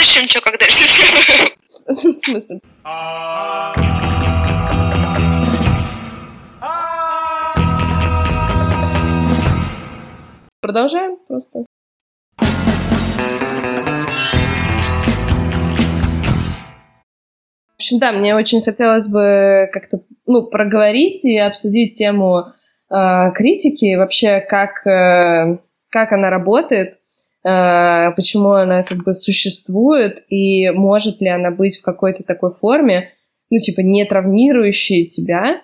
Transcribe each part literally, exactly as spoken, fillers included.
общем, что, как дальше? В смысле? Продолжаем просто. В общем, да, мне очень хотелось бы как-то, ну, проговорить и обсудить тему э, критики, вообще, как, э, как она работает, э, почему она как бы существует, и может ли она быть в какой-то такой форме, ну, типа, не травмирующей тебя.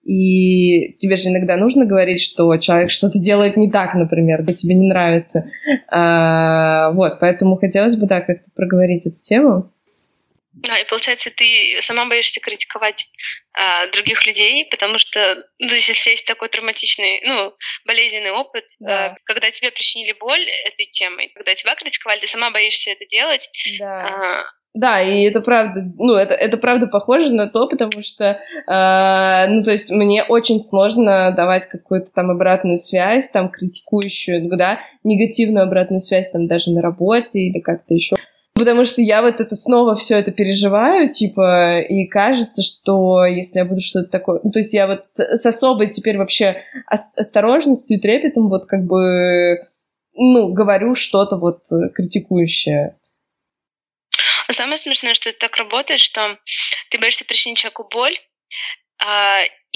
И тебе же иногда нужно говорить, что человек что-то делает не так, например, да, тебе не нравится. А, вот, поэтому хотелось бы, да, как-то проговорить эту тему. Да, и получается, ты сама боишься критиковать а, других людей, потому что, ну, то есть, если есть такой травматичный, ну, болезненный опыт, Да. а, когда тебе причинили боль этой темой, когда тебя критиковали, ты сама боишься это делать. Да. А, Да, и это правда, ну, это, это правда похоже на то, потому что, э, ну, то есть мне очень сложно давать какую-то там обратную связь, там, критикующую, да, негативную обратную связь, там, даже на работе или как-то еще. Потому что я вот это снова все это переживаю, типа, и кажется, что если я буду что-то такое... Ну, то есть я вот с, с особой теперь вообще осторожностью и трепетом вот как бы, ну, говорю что-то вот критикующее. Самое смешное, что это так работает, что ты боишься причинить человеку боль, а,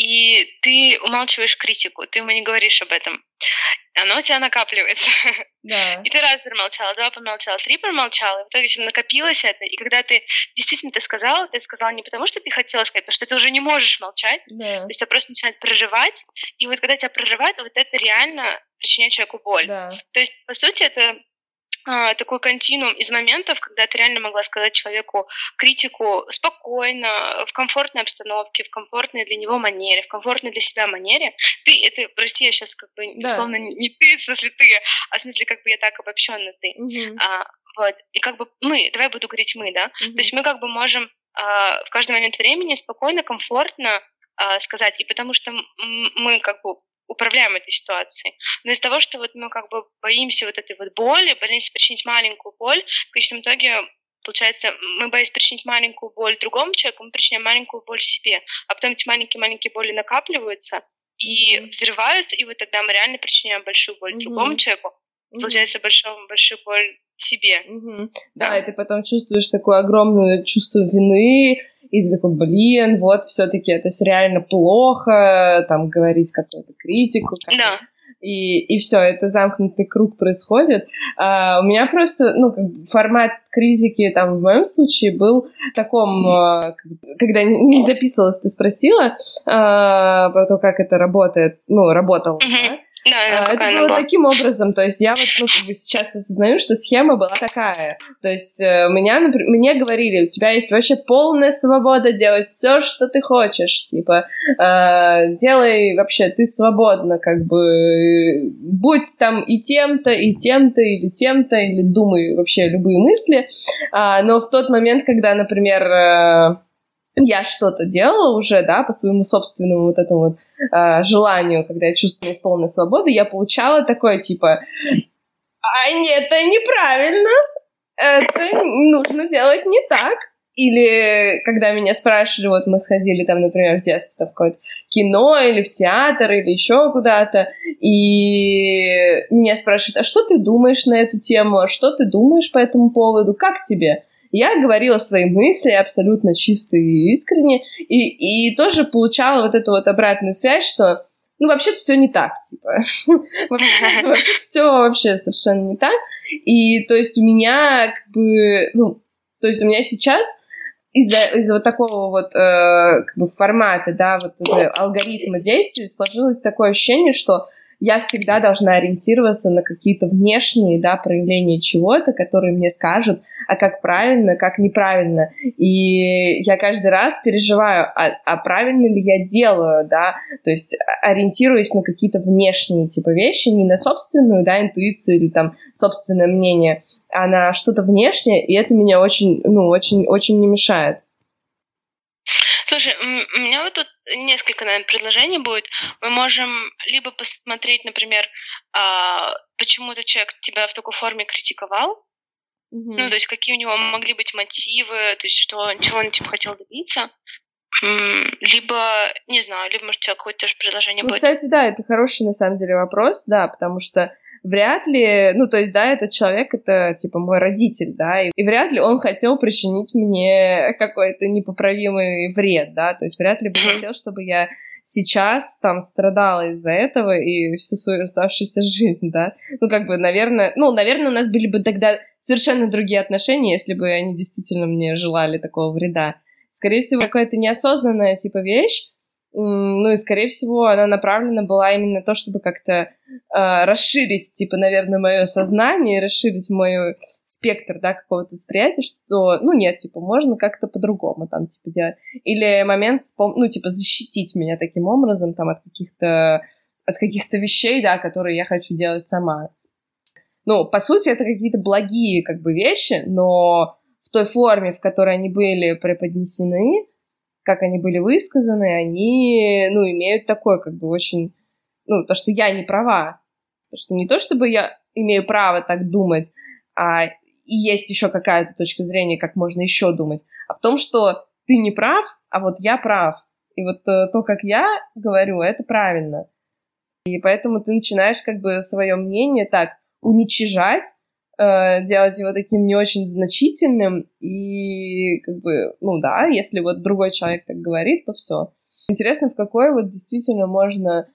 и ты умалчиваешь критику, ты ему не говоришь об этом. Оно у тебя накапливается. Да. И ты раз промолчала, два промолчала, три промолчала, и в итоге накопилось это. И когда ты действительно это сказала, ты сказала не потому, что ты хотела сказать, потому что ты уже не можешь молчать, Да. то есть тебя просто начинает прорывать, и вот когда тебя прорывает, вот это реально причиняет человеку боль. Да. То есть, по сути, это такой континуум из моментов, когда ты реально могла сказать человеку критику спокойно, в комфортной обстановке, в комфортной для него манере, в комфортной для себя манере. Ты, это, прости, я сейчас как бы, да. условно, не, не ты, в смысле ты, а в смысле как бы я так обобщенно ты. Угу. А, вот, и как бы мы, давай буду говорить мы, да, угу. то есть мы как бы можем а, в каждый момент времени спокойно, комфортно а, сказать, и потому что мы как бы управляем этой ситуацией. Но из-за того, что вот мы как бы боимся вот этой вот боли, боимся причинить маленькую боль, в конечном итоге, получается, мы боимся причинить маленькую боль другому человеку, мы причиняем маленькую боль себе, а потом эти маленькие-маленькие боли накапливаются и mm-hmm. взрываются, и вот тогда мы реально причиняем большую боль mm-hmm. другому человеку, mm-hmm. получается, большую, большую боль себе. Mm-hmm. Да, да, и ты потом чувствуешь такое огромное чувство вины, и ты такой, блин, вот все-таки это все реально плохо, там, говорить какую-то критику. Да. И, и все, это замкнутый круг происходит. А, у меня просто, ну, как бы формат критики, там, в моем случае был в таком, а, когда не записывалась, ты спросила а, про то, как это работает, ну, работало, mm-hmm. да? Да, а, это было была. Таким образом, то есть я вот, ну, как бы сейчас осознаю, что схема была такая, то есть э, меня, например, мне говорили, у тебя есть вообще полная свобода делать все, что ты хочешь, типа, э, делай вообще, ты свободна, как бы, будь там и тем-то, и тем-то, или тем-то, или думай вообще любые мысли, а, но в тот момент, когда, например, э, я что-то делала уже, да, по своему собственному вот этому вот э, желанию, когда я чувствовала полную свободу, я получала такое, типа, а нет, это неправильно, это нужно делать не так. Или когда меня спрашивали, вот мы сходили там, например, в детстве в какое-то кино или в театр или еще куда-то, и меня спрашивают, а что ты думаешь на эту тему, а что ты думаешь по этому поводу, как тебе? Я говорила свои мысли абсолютно чисто и искренне, и, и тоже получала вот эту вот обратную связь, что, ну, вообще-то все не так, типа. Вообще-то все вообще совершенно не так. И, то есть, у меня, как бы, ну, то есть, у меня сейчас из-за, из-за вот такого вот, э, как бы, формата, да, вот этого алгоритма действий сложилось такое ощущение, что я всегда должна ориентироваться на какие-то внешние, да, проявления чего-то, которые мне скажут, а как правильно, как неправильно. И я каждый раз переживаю, а, а правильно ли я делаю, да, то есть ориентируясь на какие-то внешние типа вещи, не на собственную, да, интуицию или там собственное мнение, а на что-то внешнее, и это меня очень, ну, очень, очень не мешает. Слушай, у меня вот тут несколько, наверное, предложений будет. Мы можем либо посмотреть, например, почему этот человек тебя в такой форме критиковал, Mm-hmm. Ну, то есть какие у него могли быть мотивы, то есть что, чего он, типа, хотел добиться. Либо, не знаю, либо, может, у тебя какое-то тоже предложение ну, будет. Кстати, да, это хороший, на самом деле, вопрос, да, потому что вряд ли, ну, то есть, да, этот человек, это, типа, мой родитель, да, и, и вряд ли он хотел причинить мне какой-то непоправимый вред, да, то есть вряд ли бы mm-hmm. хотел, чтобы я сейчас там страдала из-за этого и всю свою оставшуюся жизнь, да, ну, как бы, наверное, ну, наверное, у нас были бы тогда совершенно другие отношения, если бы они действительно мне желали такого вреда. Скорее всего, какая-то неосознанная, типа, вещь, ну, и, скорее всего, она направлена была именно на то, чтобы как-то э, расширить, типа, наверное, мое сознание, расширить мой спектр, да, какого-то восприятия, что, ну, нет, типа, можно как-то по-другому там, типа, делать. Или момент, ну, типа, защитить меня таким образом, там, от каких-то, от каких-то вещей, да, которые я хочу делать сама. Ну, по сути, это какие-то благие, как бы, вещи, но в той форме, в которой они были преподнесены, как они были высказаны, они, ну, имеют такое, как бы, очень, ну, то, что я не права. То, что не то, чтобы я имею право так думать, а и есть еще какая-то точка зрения, как можно еще думать, а в том, что ты не прав, а вот я прав. И вот то, как я говорю, это правильно. И поэтому ты начинаешь, как бы, свое мнение так уничижать, делать его таким не очень значительным, и, как бы, ну да, если вот другой человек так говорит, то все. Интересно, в какой вот действительно можно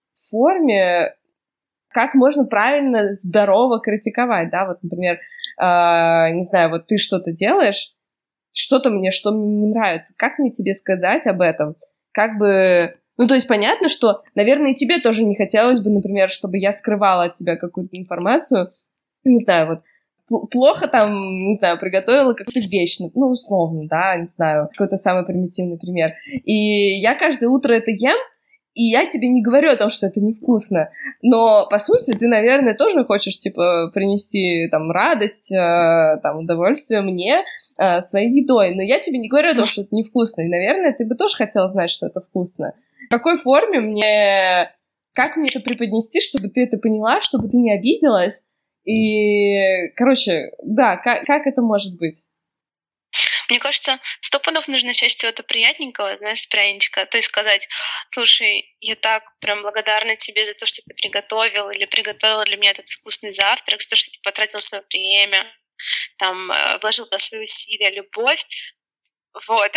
форме, как можно правильно, здорово критиковать, да, вот, например, э, не знаю, вот ты что-то делаешь, что-то мне, что мне не нравится, как мне тебе сказать об этом, как бы, ну, то есть понятно, что, наверное, и тебе тоже не хотелось бы, например, чтобы я скрывала от тебя какую-то информацию, не знаю, вот плохо там, не знаю, приготовила какую-то вещь, ну, условно, да, не знаю, какой-то самый примитивный пример. И я каждое утро это ем, и я тебе не говорю о том, что это невкусно, но, по сути, ты, наверное, тоже хочешь, типа, принести, там, радость, э, там, удовольствие мне э, своей едой, но я тебе не говорю о том, что это невкусно, и, наверное, ты бы тоже хотела знать, что это вкусно. В какой форме мне, как мне это преподнести, чтобы ты это поняла, чтобы ты не обиделась? И, короче, да, как, как это может быть? Мне кажется, сто пудов нужно начать с чего-то приятненького, знаешь, с пряничка. То есть сказать, слушай, я так прям благодарна тебе за то, что ты приготовил или приготовила для меня этот вкусный завтрак, за то, что ты потратил свое время, там, вложил туда свои усилия, любовь. Вот.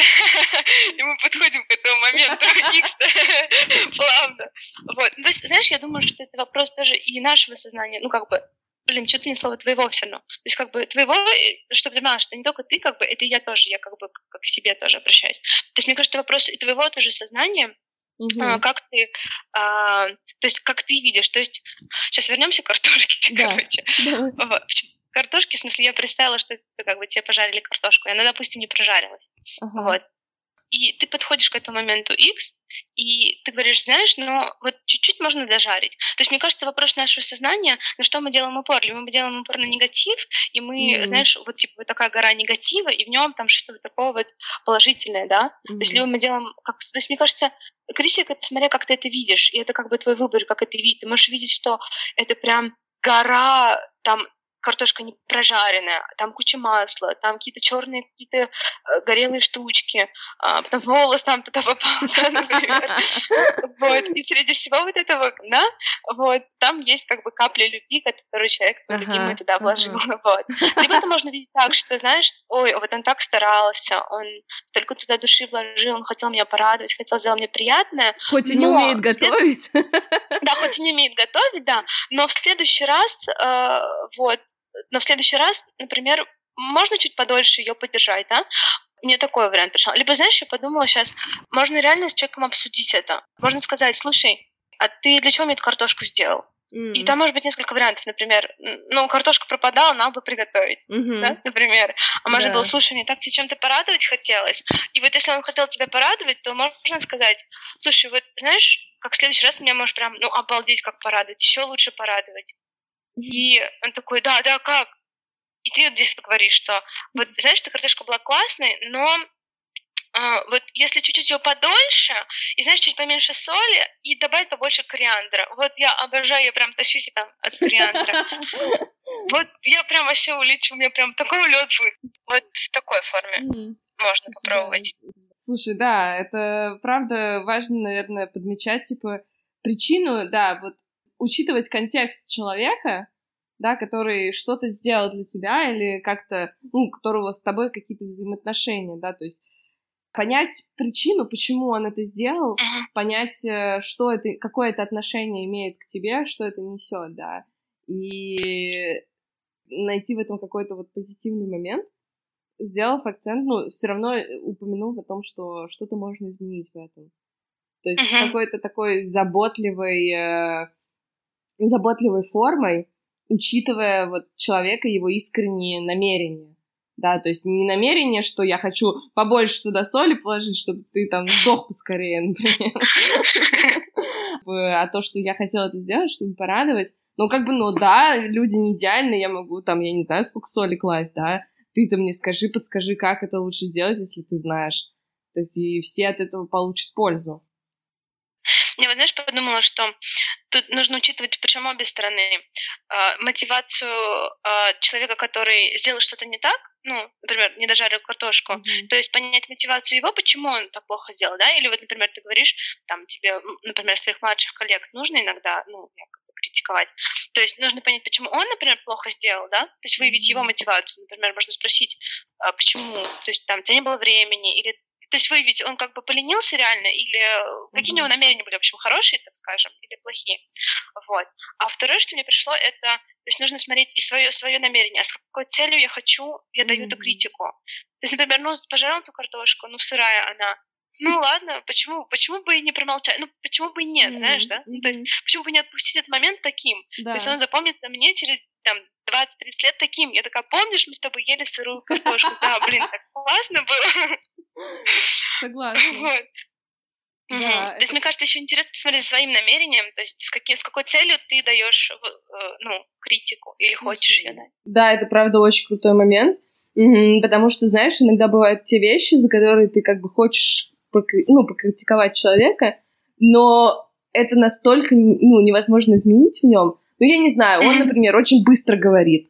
И мы подходим к этому моменту X плавно. Вот. То есть, знаешь, я думаю, что это вопрос тоже и нашего сознания, ну, как бы, блин, что-то не слово твоего все равно. То есть, как бы, твоего, чтобы ты понимала, что не только ты, как бы, это и я тоже, я как бы как к себе тоже обращаюсь. То есть, мне кажется, вопрос и твоего тоже сознания, mm-hmm. а, как ты, а, то есть, как ты видишь. То есть, сейчас вернемся к картошке, да. короче. Вот. Картошки, в смысле, я представила, что это, как бы, тебе пожарили картошку, и она, допустим, не прожарилась. Uh-huh. Вот. И ты подходишь к этому моменту X, и ты говоришь, знаешь, ну, вот чуть-чуть можно дожарить. То есть, мне кажется, вопрос нашего сознания, на что мы делаем упор. Либо мы делаем упор на негатив, и мы, mm-hmm. знаешь, вот, типа, вот такая гора негатива, и в нем там что-то вот такое вот положительное, да? Mm-hmm. То есть, либо мы делаем, как, то есть, мне кажется, критика, это смотря, как ты это видишь, и это как бы твой выбор, как это видишь. Ты можешь видеть, что это прям гора, там, картошка не прожаренная, там куча масла, там какие-то черные, какие-то э, горелые штучки, а, потом волос там туда попал, да, например. Вот. И среди всего вот этого, да, вот, там есть как бы капля любви, которую человек твой любимый туда вложил. Вот. Либо это можно видеть так, что, знаешь, ой, вот он так старался, он столько туда души вложил, он хотел меня порадовать, хотел сделать мне приятное. Хоть и не умеет готовить. Да, хоть и не умеет готовить, да, но в следующий раз, э, вот, но в следующий раз, например, можно чуть подольше ее поддержать, да? Мне такой вариант пришел. Либо, знаешь, я подумала сейчас, можно реально с человеком обсудить это. Можно сказать, слушай, а ты для чего мне эту картошку сделал? Mm. И там может быть несколько вариантов, например, ну, картошка пропадала, надо бы приготовить, mm-hmm. да, например. А можно yeah. было, слушай, мне так тебе чем-то порадовать хотелось. И вот если он хотел тебя порадовать, то можно сказать, слушай, вот, знаешь, как в следующий раз меня можешь прям, ну, обалдеть, как порадовать, еще лучше порадовать. И он такой, да, да, как? И ты вот здесь вот говоришь, что вот, знаешь, что картошка была классной, но а, вот если чуть-чуть ее подольше, и, знаешь, чуть поменьше соли, и добавить побольше кориандра. Вот я обожаю, я прям тащусь там от кориандра. Вот я прям вообще улечу, у меня прям такой улет будет. Вот в такой форме mm-hmm. можно попробовать. Да. Слушай, да, это правда важно, наверное, подмечать, типа, причину, да, вот учитывать контекст человека, да, который что-то сделал для тебя или как-то, ну, у которого с тобой какие-то взаимоотношения, да, то есть понять причину, почему он это сделал, uh-huh. понять, что это, какое это отношение имеет к тебе, что это несет, да, и найти в этом какой-то вот позитивный момент, сделав акцент, ну, все равно упомянув о том, что что-то можно изменить в этом. То есть uh-huh. какой-то такой заботливой, э, заботливой формой, учитывая вот человека, его искренние намерения. Да, то есть не намерение, что я хочу побольше туда соли положить, чтобы ты там сдох поскорее, например. А то, что я хотела это сделать, чтобы порадовать. Ну, как бы, ну да, люди не идеальны, я могу там, я не знаю, сколько соли класть, да. Ты-то мне скажи, подскажи, как это лучше сделать, если ты знаешь. То есть и все от этого получат пользу. Я вот, знаешь, подумала, что тут нужно учитывать, причем обе стороны. Мотивацию человека, который сделал что-то не так, ну, например, не дожарил картошку, mm-hmm. то есть понять мотивацию его, почему он так плохо сделал, да, или вот, например, ты говоришь, там, тебе, например, своих младших коллег нужно иногда, ну, критиковать. То есть нужно понять, почему он, например, плохо сделал, да, то есть выявить mm-hmm. его мотивацию, например, можно спросить, а, почему, то есть там, у тебя не было времени, или то есть выявить, он как бы поленился реально, или mm-hmm. какие у него намерения были, в общем, хорошие, так скажем, или плохие. Вот. А второе, что мне пришло, это, то есть нужно смотреть и свое, свое намерение, а с какой целью я хочу, я даю mm-hmm. эту критику. То есть, например, ну, пожарил эту картошку, ну, сырая она, ну, ладно, почему, почему бы и не промолчать, ну, почему бы и нет, mm-hmm. знаешь, да? Mm-hmm. То есть, почему бы не отпустить этот момент таким? Да. То есть он запомнится мне через, там, двадцать-тридцать лет таким. Я такая, помнишь, мы с тобой ели сырую картошку? Да, блин, так классно было. Согласна. Вот. Да, угу. это... То есть, мне кажется, еще интересно посмотреть за своим намерением, то есть с, каким, с какой целью ты даешь ну, критику или хочешь ее дать. Да, это правда очень крутой момент, угу, потому что, знаешь, иногда бывают те вещи, за которые ты как бы хочешь покри... ну, покритиковать человека, но это настолько ну, невозможно изменить в нем. Ну, я не знаю, он, например, очень быстро говорит.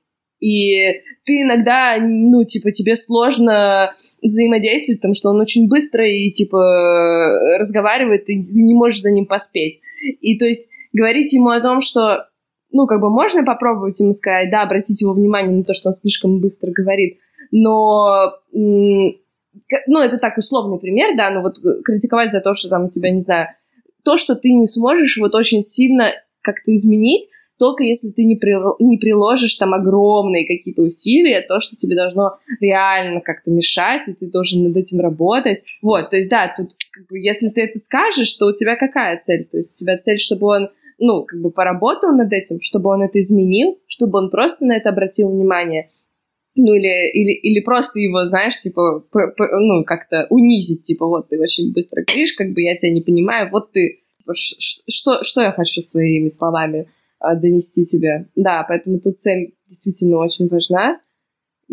И ты иногда, ну, типа, тебе сложно взаимодействовать, потому что он очень быстро и, типа, разговаривает, и не можешь за ним поспеть. И, то есть, говорить ему о том, что, ну, как бы, можно попробовать ему сказать, да, обратить его внимание на то, что он слишком быстро говорит, но, ну, это так, условный пример, да, но вот критиковать за то, что там у тебя, не знаю, то, что ты не сможешь вот очень сильно как-то изменить, только если ты не, при, не приложишь там огромные какие-то усилия, то, что тебе должно реально как-то мешать, и ты должен над этим работать. Вот, то есть, да, тут, как бы, если ты это скажешь, то у тебя какая цель? То есть у тебя цель, чтобы он, ну, как бы поработал над этим, чтобы он это изменил, чтобы он просто на это обратил внимание, ну, или, или, или просто его, знаешь, типа, п- п- ну, как-то унизить, типа, вот, ты очень быстро говоришь, как бы я тебя не понимаю, вот ты, типа, ш- что, что я хочу своими словами донести тебе. Да, поэтому тут цель действительно очень важна. И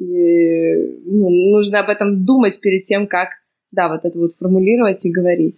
ну, нужно об этом думать перед тем, как, да, вот это вот формулировать и говорить.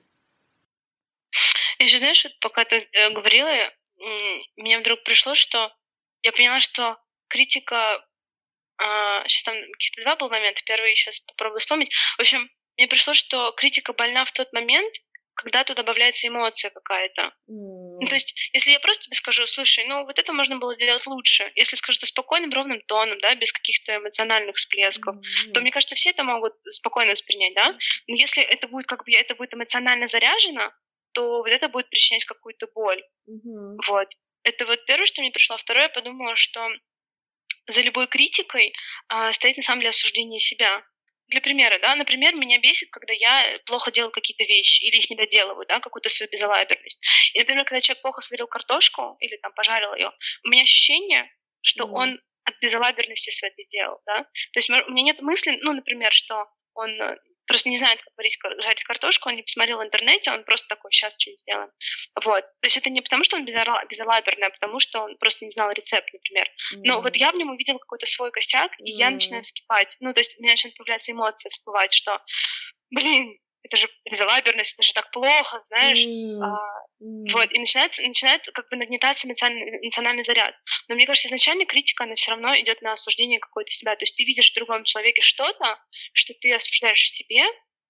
Еще, знаешь, вот пока ты э, говорила, мне вдруг пришло, что я поняла, что критика... Э, сейчас там каких-то два был момента. Первый сейчас попробую вспомнить. В общем, мне пришло, что критика больна в тот момент, когда тут добавляется эмоция какая-то. Mm. Ну, то есть, если я просто тебе скажу, слушай, ну, вот это можно было сделать лучше, если скажу это спокойным, ровным тоном, да, без каких-то эмоциональных всплесков, mm. то, мне кажется, все это могут спокойно воспринять, да, но если это будет, как бы, это будет эмоционально заряжено, то вот это будет причинять какую-то боль. Mm-hmm. Вот. Это вот первое, что мне пришло. Второе, я подумала, что за любой критикой а, стоит, на самом деле, осуждение себя. Для примера, да, например, меня бесит, когда я плохо делаю какие-то вещи или их не доделываю, да, какую-то свою безалаберность. И, например, когда человек плохо сварил картошку или там пожарил ее, у меня ощущение, что mm. он от безалаберности все это сделал, да. То есть у меня нет мысли, ну, например, что он просто не знает, как варить, жарить картошку, он не посмотрел в интернете, он просто такой, сейчас что-нибудь сделаем. Вот. То есть это не потому, что он безалаберный, а потому, что он просто не знал рецепт, например. Mm. Но вот я в нем увидела какой-то свой косяк, и mm. я начинаю вскипать. Ну, то есть у меня начинает появляться эмоция, всплывать, что, блин, это же безалаберность, это же так плохо, знаешь. Mm. А, Mm. Вот, и начинает, начинает как бы нагнетаться эмоциональный, эмоциональный заряд. Но мне кажется, изначально критика, она все равно идет на осуждение какой-то себя. То есть ты видишь в другом человеке что-то, что ты осуждаешь в себе,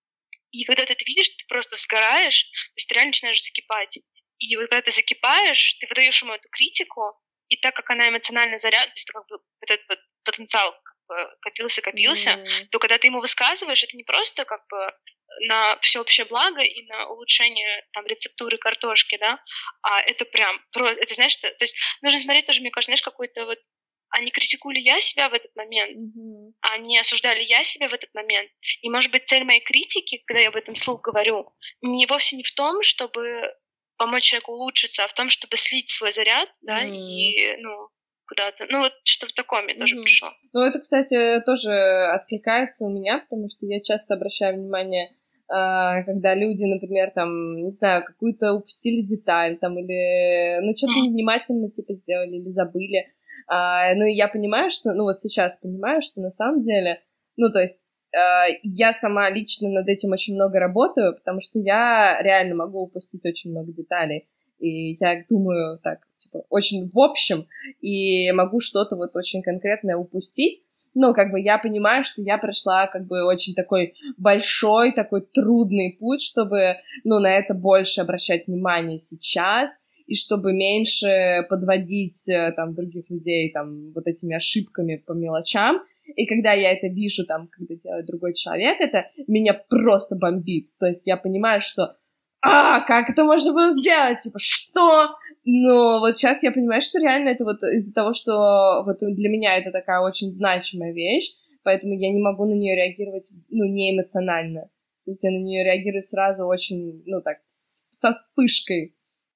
и когда ты это видишь, ты просто сгораешь, то есть ты реально начинаешь закипать. И вот когда ты закипаешь, ты выдаешь ему эту критику, и так как она эмоционально заряд, то есть как бы этот вот потенциал как бы копился-копился, Mm. то когда ты ему высказываешь, это не просто как бы на всеобщее благо и на улучшение там рецептуры картошки, да, а это прям, это знаешь, что, то есть нужно смотреть тоже, мне кажется, знаешь, какой-то вот, а не критикую ли я себя в этот момент, Mm-hmm. а не осуждаю ли я себя в этот момент. И, может быть, цель моей критики, когда я об этом вслух говорю, не вовсе не в том, чтобы помочь человеку улучшиться, а в том, чтобы слить свой заряд, да, Mm. и, ну, куда-то, ну, вот что-то такое мне mm-hmm. тоже пришло. Ну, это, кстати, тоже откликается у меня, потому что я часто обращаю внимание, когда люди, например, там, не знаю, какую-то упустили деталь, там, или, ну, что-то невнимательно, типа, сделали или забыли. А, ну, и я понимаю, что, ну, вот сейчас понимаю, что на самом деле, ну, то есть а, я сама лично над этим очень много работаю, потому что я реально могу упустить очень много деталей. И я думаю так, типа, очень в общем, и могу что-то вот очень конкретное упустить. Ну, как бы я понимаю, что я прошла как бы очень такой большой, такой трудный путь, чтобы, ну, на это больше обращать внимание сейчас, и чтобы меньше подводить там других людей там вот этими ошибками по мелочам. И когда я это вижу там, когда делает другой человек, это меня просто бомбит. То есть я понимаю, что а, как это можно было сделать? Типа, что? Но вот сейчас я понимаю, что реально это вот из-за того, что вот для меня это такая очень значимая вещь, поэтому я не могу на нее реагировать, ну, не эмоционально. То есть я на нее реагирую сразу очень, ну, так, со вспышкой.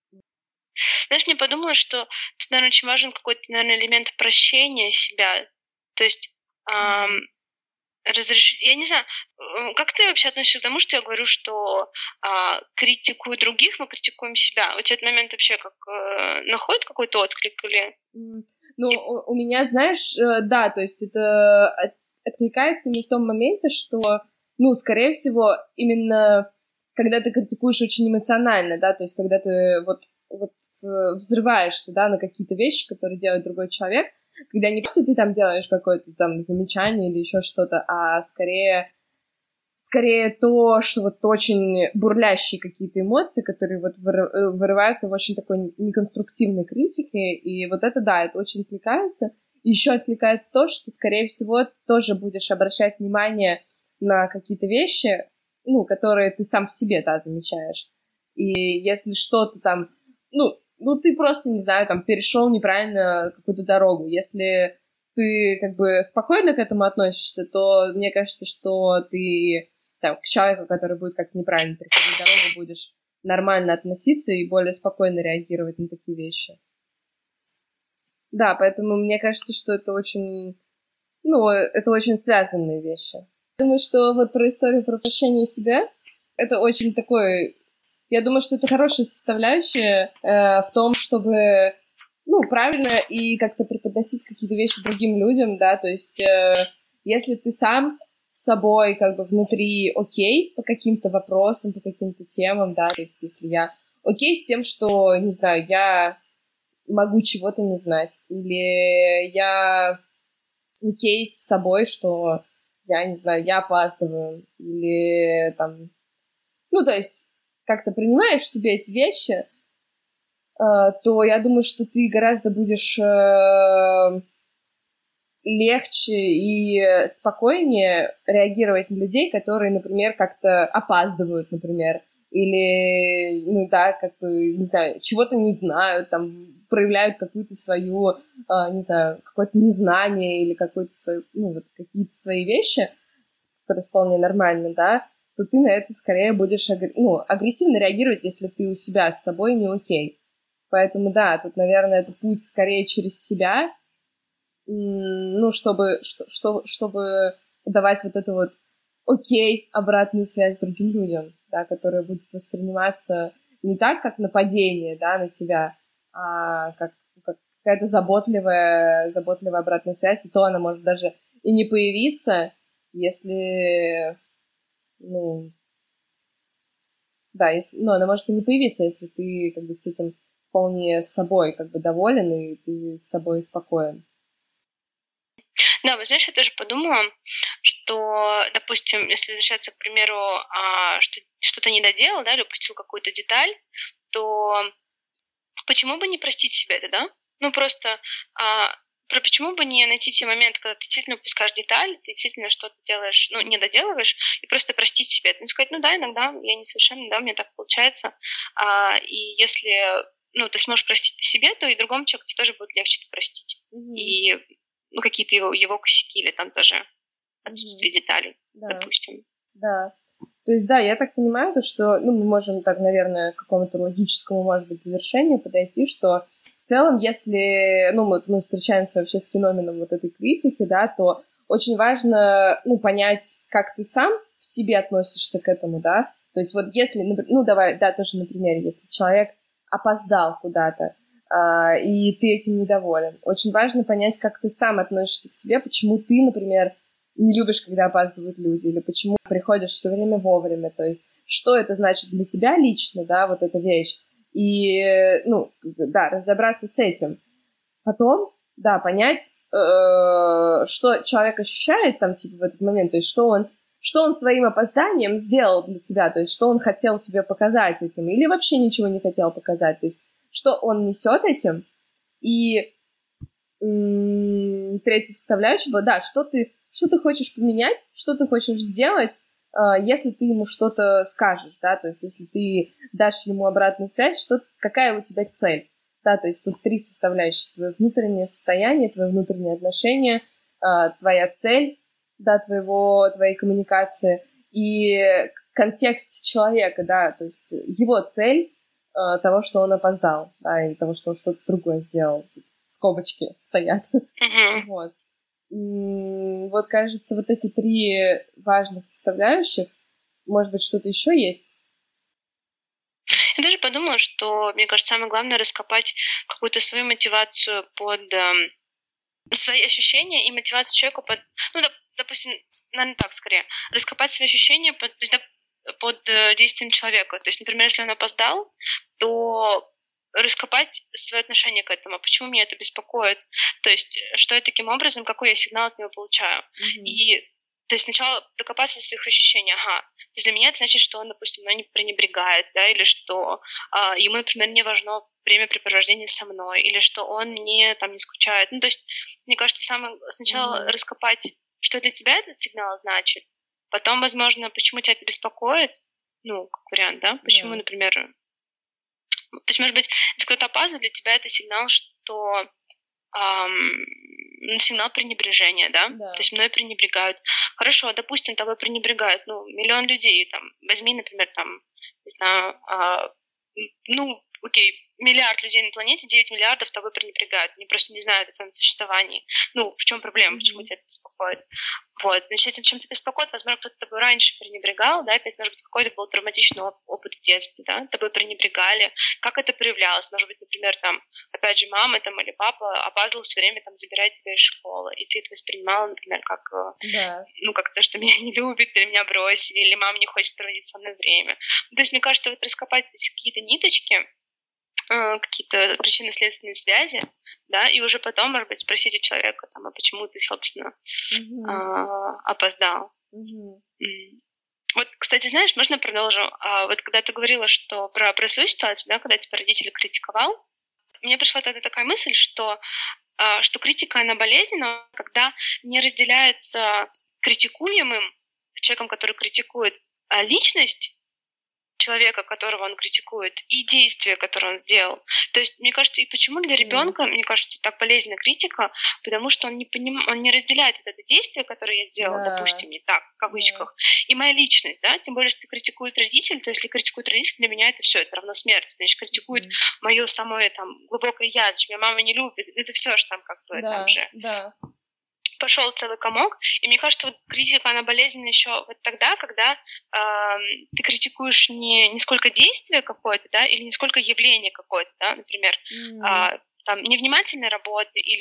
Знаешь, мне подумалось, что тут, наверное, очень важен какой-то, наверное, элемент прощения себя. То есть эм, разреш... я не знаю, как ты вообще относишься к тому, что я говорю, что а, критикую других, мы критикуем себя? У тебя этот момент вообще как э, находит какой-то отклик или? Ну, И... у, у меня, знаешь, да, то есть это откликается мне в том моменте, что, ну, скорее всего, именно когда ты критикуешь очень эмоционально, да, то есть когда ты вот, вот взрываешься, да, на какие-то вещи, которые делает другой человек, когда не просто ты там делаешь какое-то там замечание или еще что-то, а скорее, скорее то, что вот очень бурлящие какие-то эмоции, которые вот вырываются в очень такой неконструктивной критике, и вот это, да, это очень откликается. И еще откликается то, что, скорее всего, ты тоже будешь обращать внимание на какие-то вещи, ну, которые ты сам в себе, да, замечаешь. И если что-то там, ну, ну, ты просто, не знаю, там, перешел неправильно какую-то дорогу. Если ты, как бы, спокойно к этому относишься, то мне кажется, что ты, там, к человеку, который будет как-то неправильно переходить дорогу, будешь нормально относиться и более спокойно реагировать на такие вещи. Да, поэтому мне кажется, что это очень, ну, это очень связанные вещи. Думаю, что вот про историю про прощение себя, это очень такой... Я думаю, что это хорошая составляющая э, в том, чтобы, ну, правильно и как-то преподносить какие-то вещи другим людям, да, то есть э, если ты сам с собой как бы внутри окей по каким-то вопросам, по каким-то темам, да, то есть если я окей с тем, что, не знаю, я могу чего-то не знать, или я окей с собой, что я, не знаю, я опаздываю, или там, ну, то есть как-то принимаешь в себе эти вещи, то я думаю, что ты гораздо будешь легче и спокойнее реагировать на людей, которые, например, как-то опаздывают, например, или, ну да, как бы, не знаю, чего-то не знают, там, проявляют какую-то свою, не знаю, какое-то незнание или какое-то свое, ну, вот какие-то свои вещи, которые вполне нормально, да, то ты на это скорее будешь ну, агрессивно реагировать, если ты у себя с собой не окей. Поэтому, да, тут, наверное, это путь скорее через себя, ну, чтобы, что, чтобы давать вот это вот окей, обратную связь другим людям, да, которая будет восприниматься не так, как нападение, да, на тебя, а как, как какая-то заботливая, заботливая обратная связь, и то она может даже и не появиться, если... ну, да, если, ну, она может и не появиться, если ты как бы с этим вполне с собой как бы доволен, и ты с собой спокоен. Да, вот знаешь, я тоже подумала, что, допустим, если возвращаться, к примеру, а, что, что-то не доделал, да, или упустил какую-то деталь, то почему бы не простить себе это, да? Ну, просто а, про почему бы не найти те моменты, когда ты действительно упускаешь деталь, ты действительно что-то делаешь, ну, не доделываешь, и просто простить себе это. Ну, сказать, ну да, иногда я несовершенна, да, у меня так получается. А, и если, ну, ты сможешь простить себе, то и другому человеку тебе тоже будет легче это простить. Mm-hmm. И, ну, какие-то его, его косяки или там тоже отсутствие mm-hmm. деталей, да. допустим. Да. То есть, да, я так понимаю, что, ну, мы можем так, наверное, к какому-то логическому, может быть, завершению подойти, что в целом, если, ну, мы, мы встречаемся вообще с феноменом вот этой критики, да, то очень важно, ну, понять, как ты сам в себе относишься к этому, да, то есть вот если, ну, давай, да, тоже на примере, если человек опоздал куда-то, а, и ты этим недоволен, очень важно понять, как ты сам относишься к себе, почему ты, например, не любишь, когда опаздывают люди, или почему приходишь все время вовремя, то есть что это значит для тебя лично, да, вот эта вещь, и, ну, да, разобраться с этим. Потом, да, понять, э, что человек ощущает там, типа, в этот момент, то есть что он, что он своим опозданием сделал для тебя, то есть что он хотел тебе показать этим, или вообще ничего не хотел показать, то есть что он несет этим, и м- третья составляющая была, да, что ты Что ты хочешь поменять, что ты хочешь сделать, если ты ему что-то скажешь, да, то есть если ты дашь ему обратную связь, что, какая у тебя цель, да, то есть тут три составляющие: твое внутреннее состояние, твое внутреннее отношение, твоя цель, да, твоего, твоей коммуникации и контекст человека, да, то есть его цель того, что он опоздал, да, и того, что он что-то другое сделал, скобочки стоят, mm-hmm. вот. Вот, кажется, вот эти три важных составляющих. Может быть, что-то еще есть? Я даже подумала, что, мне кажется, самое главное раскопать какую-то свою мотивацию под э, свои ощущения и мотивацию человека под, ну, допустим, наверное, так скорее, раскопать свои ощущения под, то есть, под э, действием человека. То есть, например, если он опоздал, то раскопать свое отношение к этому, почему меня это беспокоит, то есть что я таким образом, какой я сигнал от него получаю. Mm-hmm. И то есть сначала докопаться до своих ощущений, ага, то есть для меня это значит, что он, допустим, мной не пренебрегает, да, или что а, ему, например, не важно времяпрепровождение со мной, или что он не, там, не скучает. Ну, то есть, мне кажется, самое сначала mm-hmm. раскопать, что для тебя этот сигнал значит, потом, возможно, почему тебя это беспокоит, ну, как вариант, да, почему, yeah. например, то есть, может быть, если кто-то опаздывает, для тебя это сигнал, что эм, сигнал пренебрежения, да? да? То есть мной пренебрегают. Хорошо, допустим, тобой пренебрегают, ну, миллион людей, там, возьми, например, там, не знаю, э, ну, окей, миллиард людей на планете, девять миллиардов тобой пренебрегают, они просто не знают о твоем существовании. Ну, в чем проблема, mm-hmm. почему тебя это беспокоит? Вот, значит, если чем-то беспокоит, возможно, кто-то тобой раньше пренебрегал, да, опять, может быть, какой-то был травматичный опыт в детстве, да, тобой пренебрегали, как это проявлялось? Может быть, например, там, опять же, мама там или папа опаздывал все время там забирать тебя из школы, и ты это воспринимала, например, как, да. ну, как то, что меня не любит, или меня бросили, или мама не хочет проводить со мной время. То есть, мне кажется, вот раскопать какие-то ниточки, какие-то причинно-следственные связи, да, и уже потом, может быть, спросить у человека, там, а почему ты, собственно, mm-hmm. а, опоздал. Mm-hmm. Вот, кстати, знаешь, можно продолжу? А, вот когда ты говорила, что про, про свою ситуацию, да, когда тебя родитель критиковал, мне пришла тогда такая мысль, что, а, что критика, она болезненна, когда не разделяется критикуемым человеком, который критикует, а личность человека, которого он критикует, и действия, которые он сделал. То есть, мне кажется, и почему для ребенка, mm. мне кажется, так полезна критика, потому что он не поним... он не разделяет вот это действие, которое я сделала, yeah. допустим, не так, в кавычках, yeah. и моя личность, да, тем более, если критикует родитель, то если критикует родитель, для меня это все, это равно смерти, значит, критикует mm. мое самое там глубокое я, значит, меня мама не любит, это все же там как бы yeah. там же. Yeah. Пошел целый комок, и мне кажется, вот критика, она болезненна еще вот тогда, когда э, ты критикуешь не, не сколько действие какое-то, да, или не сколько явление какое-то, да, например, mm. э, там, невнимательной работы или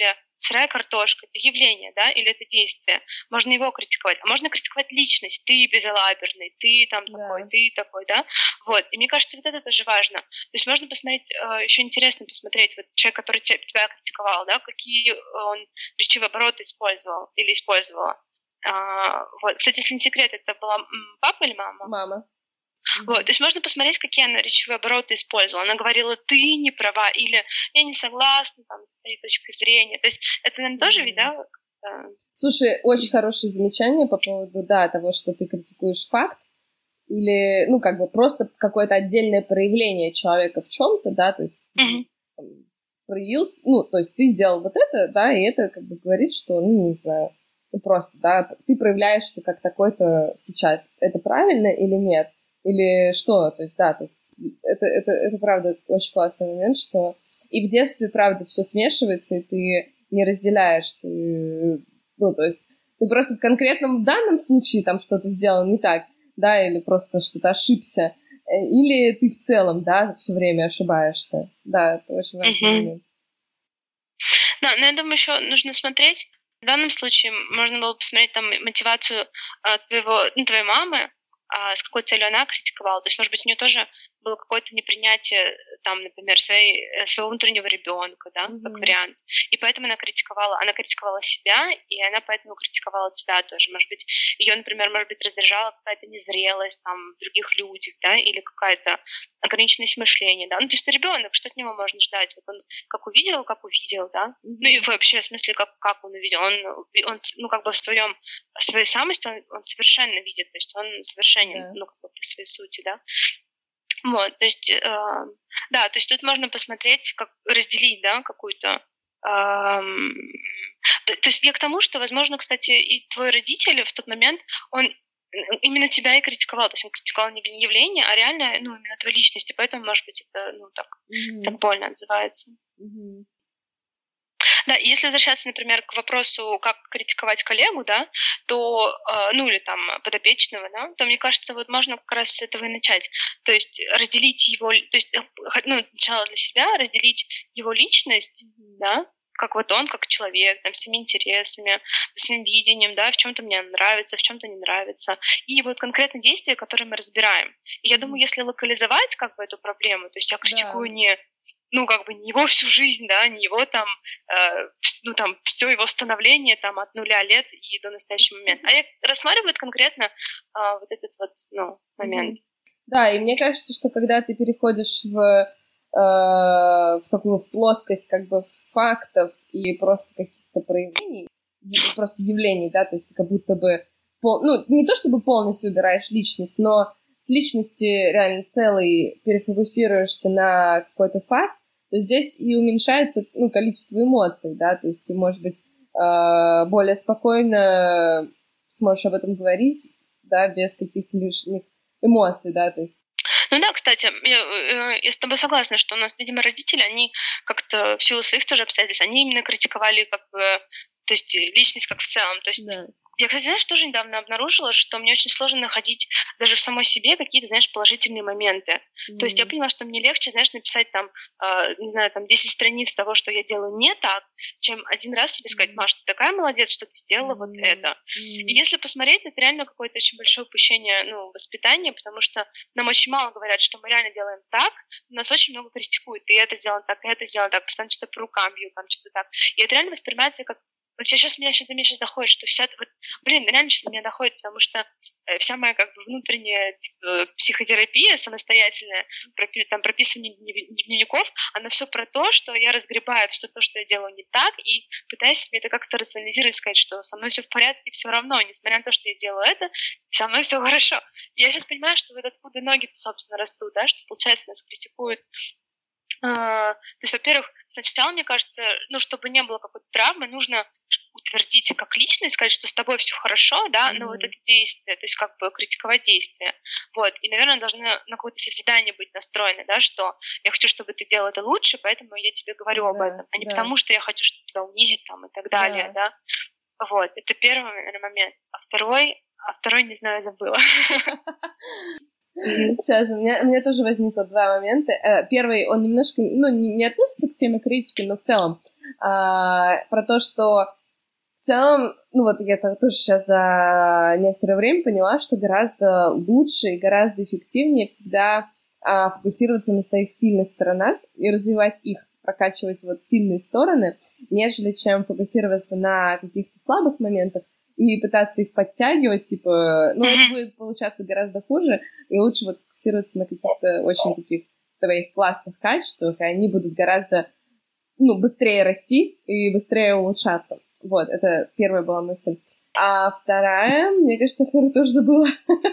сырая картошка, это явление, да, или это действие. Можно его критиковать. А можно критиковать личность. Ты безалаберный, ты там Да. такой, ты такой, да. Вот. И мне кажется, вот это тоже важно. То есть можно посмотреть, еще интересно посмотреть, вот человек, который тебя критиковал, да, какие он речевые обороты использовал или использовала. А, вот. Кстати, если не секрет, это была папа или мама? Мама. Вот, то есть можно посмотреть, какие она речевые обороты использовала. Она говорила, ты не права, или я не согласна там, с твоей точкой зрения. То есть это, наверное, тоже, mm-hmm. да? Слушай, очень хорошее замечание по поводу, да, того, что ты критикуешь факт, или, ну, как бы просто какое-то отдельное проявление человека в чем-то, да, то есть mm-hmm. проявился, ну, то есть ты сделал вот это, да, и это как бы говорит, что, ну, не знаю, ну, просто, да, ты проявляешься как такой-то сейчас. Это правильно или нет? Или что? То есть, да, то есть это, это, это правда очень классный момент, что и в детстве, правда, все смешивается, и ты не разделяешь, ты, ну, то есть ты просто в конкретном данном случае там что-то сделал не так, да, или просто что-то ошибся, или ты в целом, да, все время ошибаешься. Да, это очень важный uh-huh. момент. Да, но я думаю, еще нужно смотреть. В данном случае можно было посмотреть там мотивацию а, твоего, ну, твоей мамы, а, с какой целью она критиковала. То есть, может быть, у нее тоже было какое-то непринятие, там, например, своей, своего внутреннего ребенка, да, mm-hmm. как вариант. И поэтому она критиковала, она критиковала себя, и она поэтому критиковала тебя тоже. Может быть, ее, например, может быть, раздражала какая-то незрелость там в других людях, да, или какая-то ограниченность мышления, да. Ну, то есть ребенок, что от него можно ждать? Вот он как увидел, как увидел, да. Mm-hmm. Ну и вообще, в смысле, как, как он увидел? Он, он, ну, как бы в своем, в своей самости он, он совершенно видит, то есть он совершенен, yeah. ну, как бы по своей сути, да. Вот, то есть, э, да, то есть тут можно посмотреть, как разделить, да, какую-то... Э, то, то есть я к тому, что, возможно, кстати, и твой родитель в тот момент, он именно тебя и критиковал, то есть он критиковал не явление, а реально, ну, именно твою личность, и поэтому, может быть, это, ну, так, mm-hmm. так больно отзывается. Mm-hmm. Да, если возвращаться, например, к вопросу, как критиковать коллегу, да, то, э, ну, или там подопечного, да, то, мне кажется, вот можно как раз с этого и начать. То есть разделить его, то есть, ну, сначала для себя разделить его личность, mm-hmm. да, как вот он, как человек, там, с своими интересами, с своим видением, да, в чем-то мне нравится, в чем-то не нравится. И вот конкретно действия, которые мы разбираем. И я mm-hmm. думаю, если локализовать как бы эту проблему, то есть я критикую да. не... ну, как бы не его всю жизнь, да, не его там, э, ну, там, все его становление там от нуля лет и до настоящего момента. А я рассматриваю конкретно э, вот этот вот, ну, момент. Да, и мне кажется, что когда ты переходишь в, э, в такую в плоскость как бы фактов и просто каких-то проявлений, просто явлений, да, то есть ты как будто бы, пол, ну, не то чтобы полностью убираешь личность, но с личности реально целой перефокусируешься на какой-то факт, то здесь и уменьшается, ну, количество эмоций, да, то есть ты, может быть, э, более спокойно сможешь об этом говорить, да, без каких-то лишних эмоций, да, то есть. Ну да, кстати, я, я с тобой согласна, что у нас, видимо, родители, они как-то в силу своих тоже обстоятельств, они именно критиковали как бы, то есть личность как в целом, то есть... Да. Я, кстати, знаешь, тоже недавно обнаружила, что мне очень сложно находить даже в самой себе какие-то, знаешь, положительные моменты. Mm-hmm. То есть я поняла, что мне легче, знаешь, написать там, э, не знаю, там десять страниц того, что я делаю не так, чем один раз себе сказать: Маш, ты такая молодец, что ты сделала mm-hmm. вот это. Mm-hmm. И если посмотреть, это реально какое-то очень большое упущение, ну, воспитания, потому что нам очень мало говорят, что мы реально делаем так, нас очень много критикуют, и это сделано так, и это сделано так, постоянно что-то по рукам бьют, там что-то так. И это реально воспринимается как... Вот сейчас меня сейчас до меня сейчас доходит, что вся... Вот, блин, реально сейчас до меня доходит, потому что вся моя как бы внутренняя типа, психотерапия самостоятельная, пропи, там, прописывание дневников, она все про то, что я разгребаю все то, что я делаю не так, и пытаюсь себе это как-то рационализировать, сказать, что со мной все в порядке, все равно, несмотря на то, что я делаю это, со мной все хорошо. И я сейчас понимаю, что вот откуда ноги-то, собственно, растут, да, что, получается, нас критикуют. Uh, то есть, во-первых, сначала, мне кажется, ну, чтобы не было какой-то травмы, нужно утвердить как личность, сказать, что с тобой все хорошо, да, mm-hmm. но вот это действие, то есть как бы критиковать действие. Вот, и, наверное, должны на какое-то созидание быть настроены, да, что я хочу, чтобы ты делал это лучше, поэтому я тебе говорю об да, этом, а не да. потому, что я хочу, чтобы тебя унизить там и так далее, да. да. Вот, это первый, наверное, момент. А второй, а второй, не знаю, забыла. Сейчас, у меня, у меня тоже возникло два момента. Первый, он немножко, ну, не, не относится к теме критики, но в целом. а, про то, что в целом, ну вот я тоже сейчас за некоторое время поняла, что гораздо лучше и гораздо эффективнее всегда а, фокусироваться на своих сильных сторонах и развивать их, прокачивать вот сильные стороны, нежели чем фокусироваться на каких-то слабых моментах и пытаться их подтягивать, типа, ну, это будет получаться гораздо хуже, и лучше вот фокусироваться на каких-то очень таких твоих классных качествах, и они будут гораздо, ну, быстрее расти и быстрее улучшаться. Вот, это первая была мысль. А вторая, мне кажется, вторую тоже забыла.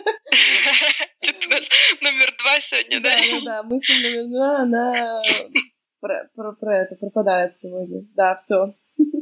Что-то у нас номер два сегодня, да? Да, да, да, мысль номер два, она про, про, про это пропадает сегодня. Да, все.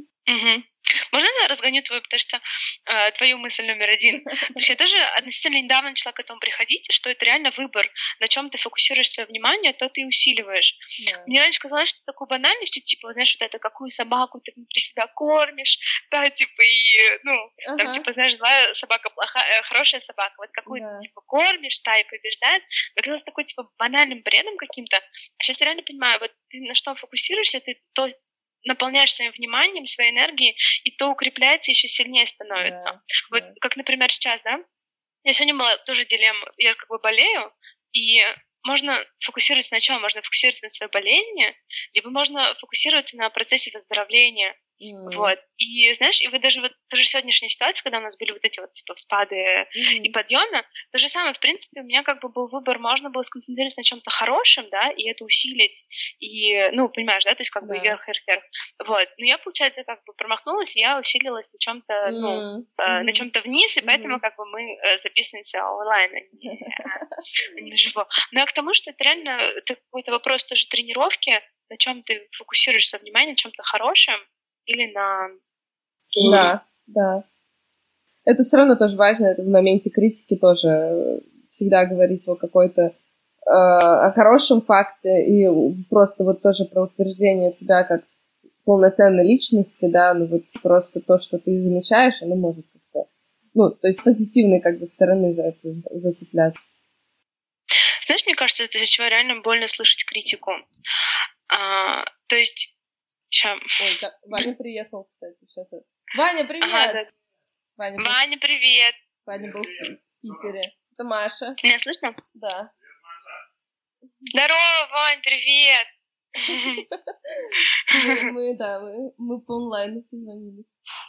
Можно я разгоню твою, потому что э, твою мысль номер один? Потому что я тоже относительно недавно начала к этому приходить, что это реально выбор, на чем ты фокусируешь свое внимание, то ты усиливаешь. Yeah. Мне раньше казалось, что такой банальностью, типа, знаешь, вот это, какую собаку ты внутри себя кормишь, да, типа, и, ну, uh-huh. там, типа, знаешь, злая собака, плохая, хорошая собака, вот какую yeah. ты, типа, кормишь, та и побеждает. Мне казалось такой, типа, банальным бредом каким-то. А сейчас я реально понимаю, вот ты на что фокусируешься, ты то наполняешь своим вниманием, своей энергией, и то укрепляется, еще сильнее становится. Yeah, вот yeah. как, например, сейчас, да, я сегодня была тоже дилемма, я как бы болею, и можно фокусироваться на чем? Можно фокусироваться на своей болезни, либо можно фокусироваться на процессе выздоровления. Mm. Вот. И знаешь, и вот даже вот тоже сегодняшняя ситуация, когда у нас были вот эти вот типа спады mm-hmm. и подъемы, то же самое, в принципе, у меня как бы был выбор, можно было сконцентрироваться на чем-то хорошем, да, и это усилить, и, ну, понимаешь, да, то есть как yeah. бы вверх-вверх-вверх. Вот. Но я, получается, как бы промахнулась, и я усилилась на чем-то, mm-hmm. ну, mm-hmm. на чем-то вниз, и mm-hmm. поэтому как бы мы записываемся онлайн, а не, а не вживую. Но я к тому, что это реально это какой-то вопрос тоже тренировки, на чем ты фокусируешься внимание, на чем-то хорошем, или на... Да, да. Это все равно тоже важно, это в моменте критики тоже всегда говорить о какой-то э, о хорошем факте и просто вот тоже про утверждение тебя как полноценной личности, да, ну вот просто то, что ты замечаешь, оно может как-то, ну, то есть позитивной как бы стороны за это зацепляться. Знаешь, мне кажется, это из-за чего реально больно слышать критику. А, то есть Сейчас. Ой, да, Ваня приехал, кстати. Сейчас. Ваня, привет! Ага, да. Ваня, Ваня, привет! Ваня был в Питере. Это Маша. Меня слышно? Да. Здорово, Вань, привет! мы, мы, да, мы, мы по онлайну созвонились.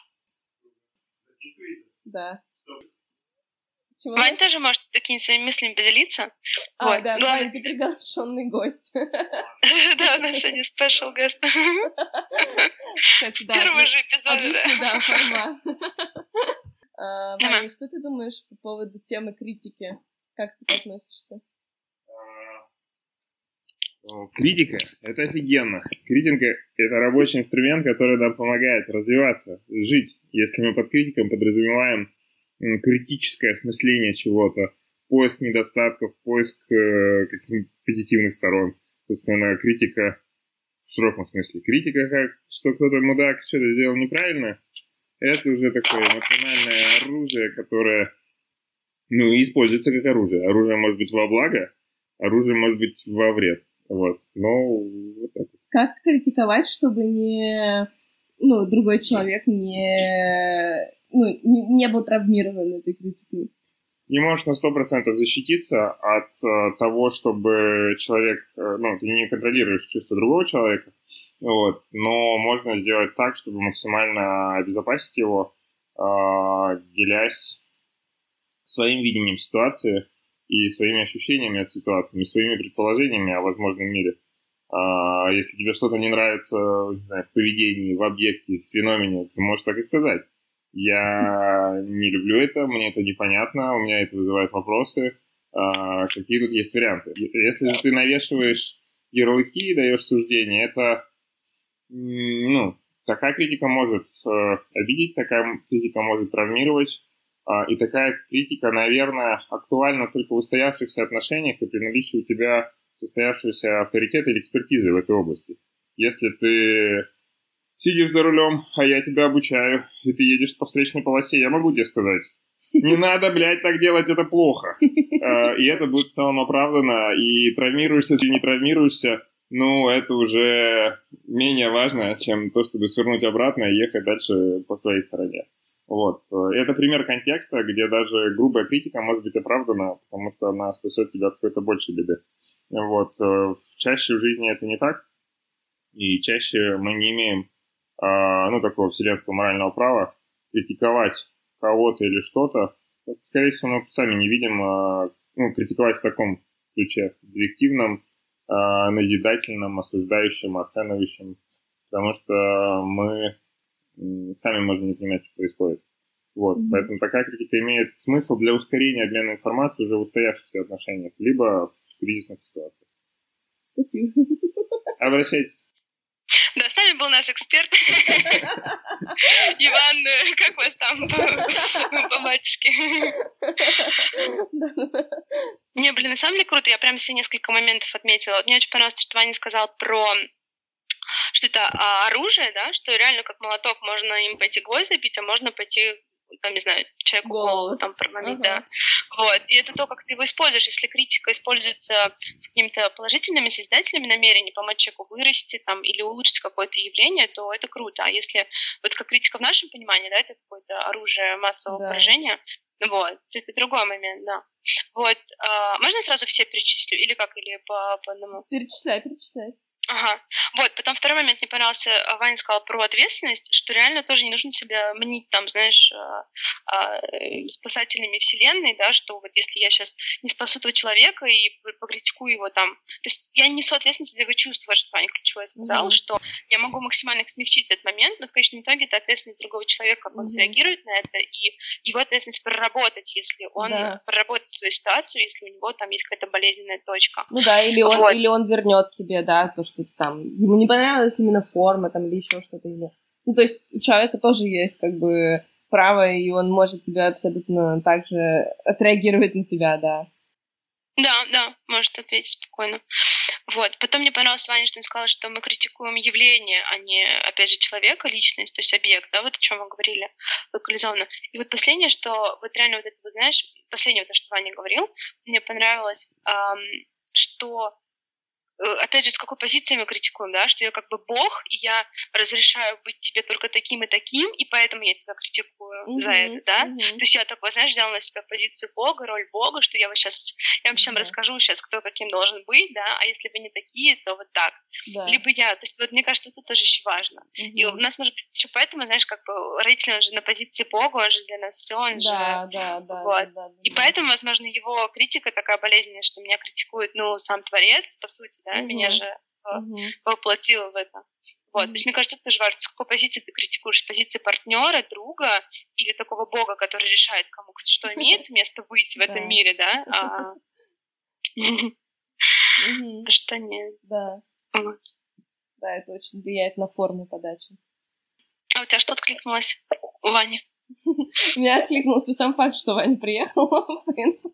Да. Чего? Ваня тоже может такими своими мыслями поделиться. А, вот. Да, Главное... Ваня, ты приглашенный гость. Да, у нас сегодня спешл гест. С первого же эпизода. Отличный, да, формат. Ваня, что ты думаешь по поводу темы критики? Как ты относишься? Критика — это офигенно. Критика — это рабочий инструмент, который нам помогает развиваться, жить. Если мы под критиком подразумеваем критическое осмысление чего-то, поиск недостатков, поиск э, каких-то позитивных сторон. Собственно, критика в широком смысле. Критика, как что кто-то мудак что-то сделал неправильно, это уже такое эмоциональное оружие, которое, ну, используется как оружие. Оружие может быть во благо, оружие может быть во вред. Вот. Но вот так. Как критиковать, чтобы не, ну, другой человек не... ну, не, не был травмирован этой критикой? Не можешь на сто процентов защититься от э, того, чтобы человек... Э, ну, ты не контролируешь чувства другого человека, вот, но можно сделать так, чтобы максимально обезопасить его, э, делясь своим видением ситуации и своими ощущениями от ситуации, своими предположениями о возможном мире. Э, если тебе что-то не нравится, не знаю, в поведении, в объекте, в феномене, ты можешь так и сказать. Я не люблю это, мне это непонятно, у меня это вызывает вопросы. А, какие тут есть варианты? Если же ты навешиваешь ярлыки и даешь суждения, это, ну, такая критика может э, обидеть, такая критика может травмировать, э, и такая критика, наверное, актуальна только в устоявшихся отношениях и при наличии у тебя состоявшегося авторитета или экспертизы в этой области. Если ты сидишь за рулем, а я тебя обучаю, и ты едешь по встречной полосе, я могу тебе сказать, не надо, блядь, так делать, это плохо. И это будет в целом оправдано, и травмируешься ты, не травмируешься, ну, это уже менее важно, чем то, чтобы свернуть обратно и ехать дальше по своей стороне. Вот. Это пример контекста, где даже грубая критика может быть оправдана, потому что она спасет тебя от какой-то большей беды. Вот. Чаще в жизни это не так, и чаще мы не имеем ну, такого вселенского морального права критиковать кого-то или что-то. Скорее всего, мы сами не видим, ну, критиковать в таком ключе, директивном, назидательном, осуждающем, оценивающем, потому что мы сами можем не понимать, что происходит. Вот. Mm-hmm. Поэтому такая критика имеет смысл для ускорения обмена информацией уже в устоявшихся отношениях, либо в кризисных ситуациях. Спасибо. Обращайтесь. Да, с нами был наш эксперт Иван, как вас там по батюшке? Не, блин, на самом деле круто, я прям себе несколько моментов отметила. Вот мне очень понравилось, что Ваня сказал про что это оружие, да, что реально как молоток можно им пойти гвоздь забить, а можно пойти, там, не знаю, человеку голову, голову там проломить, uh-huh. да. Вот. И это то, как ты его используешь. Если критика используется с какими-то положительными, созидательными намерениями, помочь человеку вырасти там, или улучшить какое-то явление, то это круто. А если вот как критика в нашем понимании, да, это какое-то оружие массового да. поражения, вот, это другой момент, да. Вот. А, можно сразу все перечислю? Или как? Или по, по одному? Перечисляй, перечисляй. Ага. Вот, потом второй момент мне понравился, Ваня сказал про ответственность, что реально тоже не нужно себя мнить там, знаешь, спасателями вселенной, да, что вот если я сейчас не спасу этого человека и покритикую его там, то есть я не несу ответственность за его чувства, что Ваня ключевое сказал, mm-hmm. что я могу максимально смягчить этот момент, но в конечном итоге это ответственность другого человека, как он mm-hmm. среагирует на это, и его ответственность проработать, если он да. проработает свою ситуацию, если у него там есть какая-то болезненная точка. Ну да, или он, вот. или он вернет тебе, да, то, что там ему не понравилась именно форма там или еще что-то. Или... Ну, то есть у человека тоже есть как бы право, и он может тебя абсолютно так же отреагировать на тебя, да. Да, да, может ответить спокойно. Вот. Потом мне понравилось, Ваня, что он сказал, что мы критикуем явление, а не, опять же, человека, личность, то есть объект, да, вот о чем мы говорили локализованно. И вот последнее, что вот реально вот это, вот, знаешь, последнее, вот то, что Ваня говорил, мне понравилось, эм, что опять же, с какой позиции мы критикуем, да, что я как бы Бог, и я разрешаю быть тебе только таким и таким, и поэтому я тебя критикую uh-huh, за это, да. Uh-huh. То есть я такой, знаешь, взяла на себя позицию Бога, роль Бога, что я вот сейчас, я вам всем uh-huh. расскажу сейчас, кто каким должен быть, да, а если вы не такие, то вот так. Да. Либо я, то есть вот мне кажется, это тоже еще важно. Uh-huh. И у нас, может быть, еще поэтому, знаешь, как бы родитель, он же на позиции Бога, он же для нас все, он да, же... Да, да, вот. да, да, и да. поэтому, возможно, его критика такая болезненная, что меня критикует, ну, сам Творец, по сути, да, uh-huh. меня же uh-huh. воплотила в это. Вот. Uh-huh. То есть, мне кажется, это тоже важно, с какой позиции ты критикуешь, с позиции партнера, друга или такого Бога, который решает, кому что имеет место быть в этом мире, да, а что нет. Да. Да, это очень влияет на форму подачи. А у тебя что откликнулось, у Вани? У меня откликнулся сам факт, что Ваня приехала, в принципе.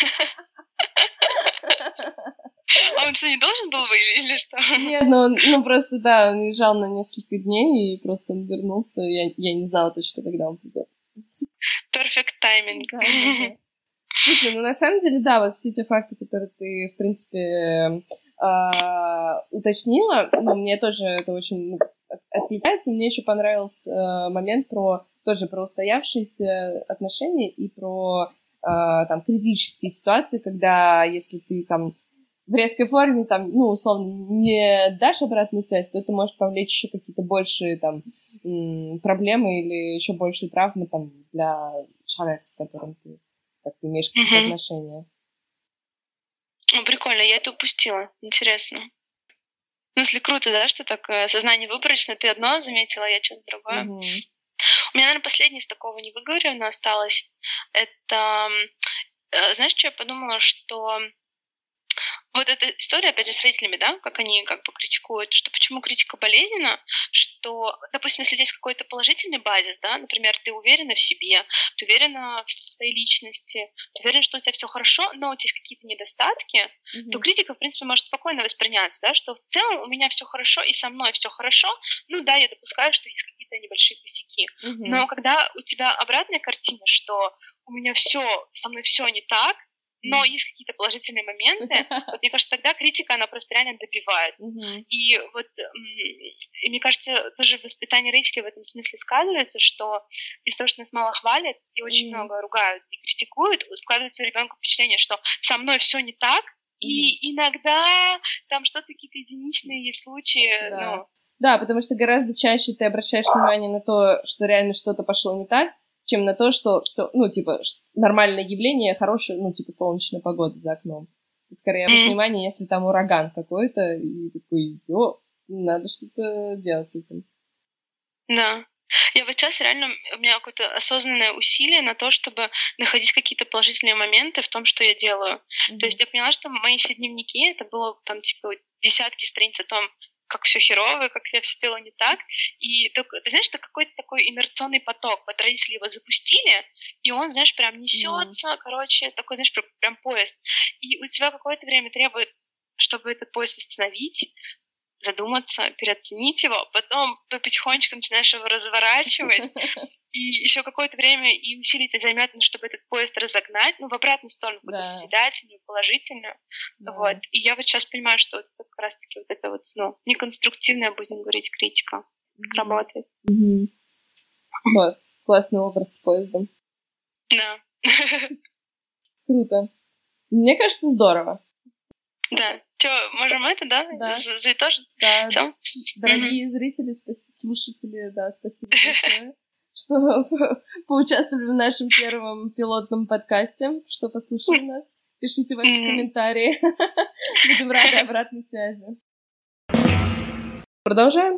А он что, не должен был выйти или что? Нет, ну, он, ну просто, да, он уезжал на несколько дней, и просто он вернулся, я, я не знала точно, когда он придет. Perfect timing. Да, да, да. Слушай, ну на самом деле, да, вот все те факты, которые ты, в принципе, э, уточнила, ну, мне тоже это очень откликается. Мне еще понравился э, момент про, тоже про устоявшиеся отношения и про э, там критические ситуации, когда если ты там в резкой форме, там, ну, условно, не дашь обратную связь, то это может повлечь еще какие-то большие там проблемы или еще большие травмы там для человека, с которым ты, как ты имеешь какие-то mm-hmm. отношения. Ну, прикольно, я это упустила. Интересно. В смысле, круто, да, что так сознание выборочно, ты одно заметила, а я что-то другое. Mm-hmm. У меня, наверное, последнее из такого не выговорено осталось. Это, знаешь, что я подумала, что вот эта история, опять же, с родителями, да, как они как бы критикуют, что почему критика болезненна, что, допустим, если здесь какой-то положительный базис, да, например, ты уверена в себе, ты уверена в своей личности, ты уверена, что у тебя все хорошо, но у тебя есть какие-то недостатки, mm-hmm. то критика, в принципе, может спокойно восприняться, да, что в целом у меня все хорошо, и со мной все хорошо, ну да, я допускаю, что есть какие-то небольшие косяки, mm-hmm. но когда у тебя обратная картина, что у меня все, со мной все не так, но есть какие-то положительные моменты, вот мне кажется, тогда критика, она просто реально добивает. Mm-hmm. И вот, и мне кажется, тоже воспитание родителей в этом смысле сказывается, что из-за того, что нас мало хвалят и очень mm-hmm. много ругают и критикуют, складывается у ребенка впечатление, что со мной все не так, mm-hmm. и иногда там что-то, какие-то единичные случаи, да. ну... Да, потому что гораздо чаще ты обращаешь внимание на то, что реально что-то пошло не так, чем на то, что все, ну, типа, нормальное явление, хорошее, ну, типа, солнечная погода за окном. Ты скорее обращаешь внимание, если там ураган какой-то, и такой, ё, надо что-то делать с этим. Да. Я вот сейчас реально, у меня какое-то осознанное усилие на то, чтобы находить какие-то положительные моменты в том, что я делаю. Mm-hmm. То есть я поняла, что мои все дневники, это было там, типа, десятки страниц о том, как все херово, как я все делала не так. И только, ты знаешь, это какой-то такой инерционный поток. Вот родители его запустили, и он, знаешь, прям несется, mm. короче, такой, знаешь, прям, прям поезд. И у тебя какое-то время требует, чтобы этот поезд остановить, задуматься, переоценить его, потом ты потихонечку начинаешь его разворачивать, и еще какое-то время и усилий тебе займет, чтобы этот поезд разогнать, ну, в обратную сторону, да. созидательную, положительную. Да. Вот. И я вот сейчас понимаю, что вот как раз-таки вот это вот, ну, неконструктивная, будем говорить, критика mm-hmm. работает. Mm-hmm. Класс. Классный образ с поездом. Да. Круто. Мне кажется, здорово. Да. Что, можем это, да? Да. Заитожим? Да. Всё? Дорогие mm-hmm. зрители, спа- слушатели, да, спасибо большое, что поучаствовали в нашем первом пилотном подкасте, что послушали нас. Пишите ваши mm-hmm. комментарии. Будем рады обратной связи. Продолжаем.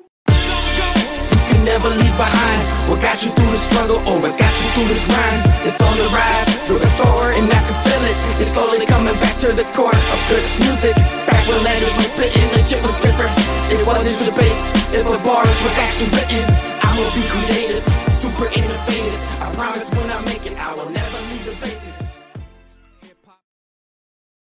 Never leave behind what got you through the struggle or what got you through the grind. It's on the rise, the restore, and I can feel it. It's slowly coming back to the core of good music. Back when legends were spitting, the shit was different. It wasn't debates, if the bars was actually written. I'ma be creative, super innovative. I promise when I'm